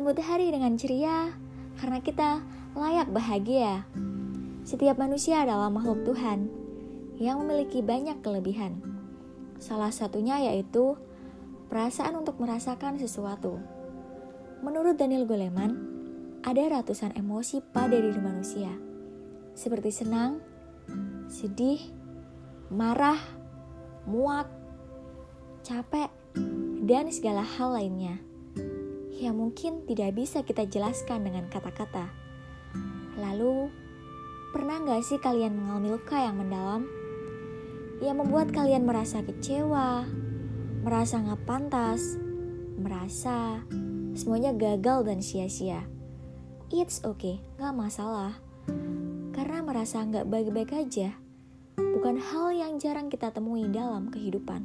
Sambut hari dengan ceria, karena kita layak bahagia. Setiap manusia adalah makhluk Tuhan yang memiliki banyak kelebihan. Salah satunya yaitu perasaan untuk merasakan sesuatu. Menurut Daniel Goleman, ada ratusan emosi pada diri manusia, seperti senang, sedih, marah, muak, capek, dan segala hal lainnya yang mungkin tidak bisa kita jelaskan dengan kata-kata. Lalu, pernah gak sih kalian mengalami luka yang mendalam yang membuat kalian merasa kecewa, merasa gak pantas, merasa semuanya gagal dan sia-sia? It's okay, gak masalah. Karena merasa gak baik-baik aja bukan hal yang jarang kita temui dalam kehidupan.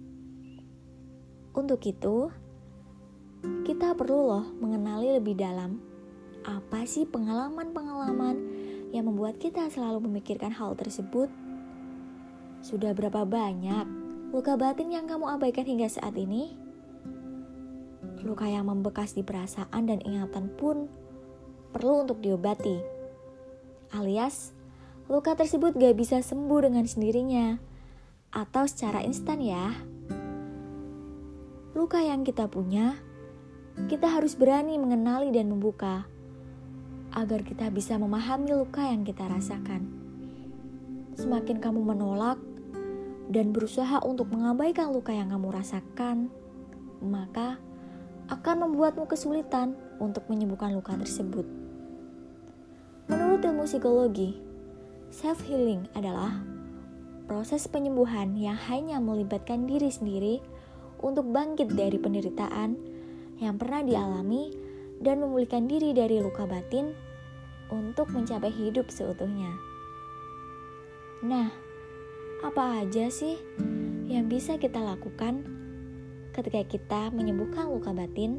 Untuk itu, kita perlu loh mengenali lebih dalam apa sih pengalaman-pengalaman yang membuat kita selalu memikirkan hal tersebut. Sudah berapa banyak luka batin yang kamu abaikan hingga saat ini? Luka yang membekas di perasaan dan ingatan pun perlu untuk diobati. Alias, luka tersebut gak bisa sembuh dengan sendirinya atau secara instan ya. Luka yang kita punya, kita harus berani mengenali dan membuka agar kita bisa memahami luka yang kita rasakan. Semakin kamu menolak dan berusaha untuk mengabaikan luka yang kamu rasakan, maka akan membuatmu kesulitan untuk menyembuhkan luka tersebut. Menurut ilmu psikologi, self-healing adalah proses penyembuhan yang hanya melibatkan diri sendiri untuk bangkit dari penderitaan yang pernah dialami dan memulihkan diri dari luka batin untuk mencapai hidup seutuhnya. Nah, apa aja sih yang bisa kita lakukan ketika kita menyembuhkan luka batin?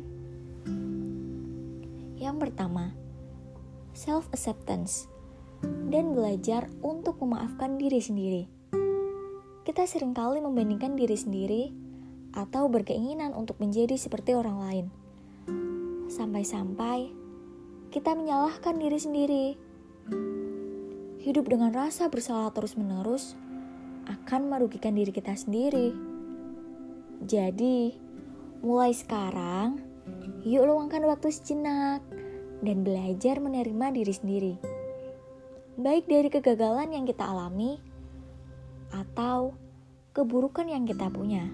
Yang pertama, self-acceptance dan belajar untuk memaafkan diri sendiri. Kita seringkali membandingkan diri sendiri atau berkeinginan untuk menjadi seperti orang lain. Sampai-sampai kita menyalahkan diri sendiri. Hidup dengan rasa bersalah terus-menerus akan merugikan diri kita sendiri. Jadi, mulai sekarang, yuk luangkan waktu sejenak dan belajar menerima diri sendiri. Baik dari kegagalan yang kita alami atau keburukan yang kita punya.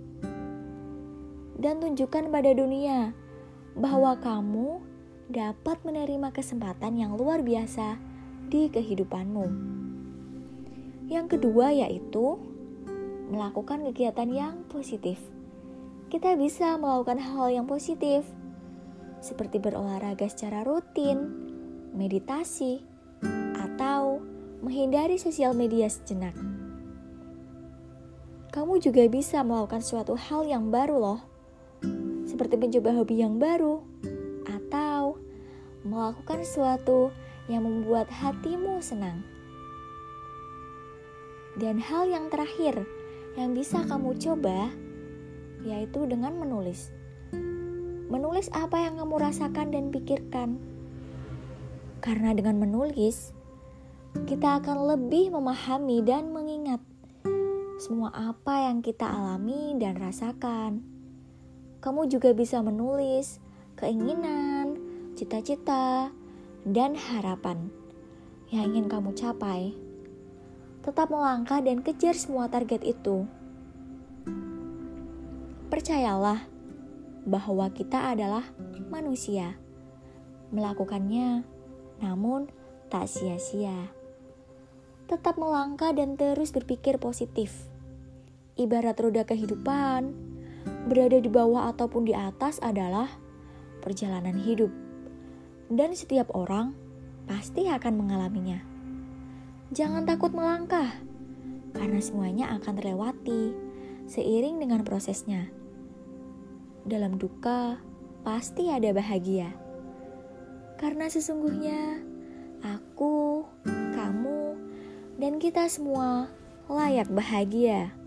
Dan tunjukkan pada dunia bahwa kamu dapat menerima kesempatan yang luar biasa di kehidupanmu. Yang kedua yaitu melakukan kegiatan yang positif. Kita bisa melakukan hal yang positif seperti berolahraga secara rutin, meditasi, atau menghindari sosial media sejenak. Kamu juga bisa melakukan suatu hal yang baru loh, seperti mencoba hobi yang baru, atau melakukan sesuatu yang membuat hatimu senang. Dan hal yang terakhir yang bisa kamu coba, yaitu dengan menulis. Menulis apa yang kamu rasakan dan pikirkan. Karena dengan menulis, kita akan lebih memahami dan mengingat semua apa yang kita alami dan rasakan. Kamu juga bisa menulis keinginan, cita-cita, dan harapan yang ingin kamu capai. Tetap melangkah dan kejar semua target itu. Percayalah bahwa kita adalah manusia. Melakukannya, namun tak sia-sia. Tetap melangkah dan terus berpikir positif. Ibarat roda kehidupan, berada di bawah ataupun di atas adalah perjalanan hidup. Dan setiap orang pasti akan mengalaminya. Jangan takut melangkah, karena semuanya akan terlewati seiring dengan prosesnya. Dalam duka, pasti ada bahagia. Karena sesungguhnya, aku, kamu, dan kita semua layak bahagia.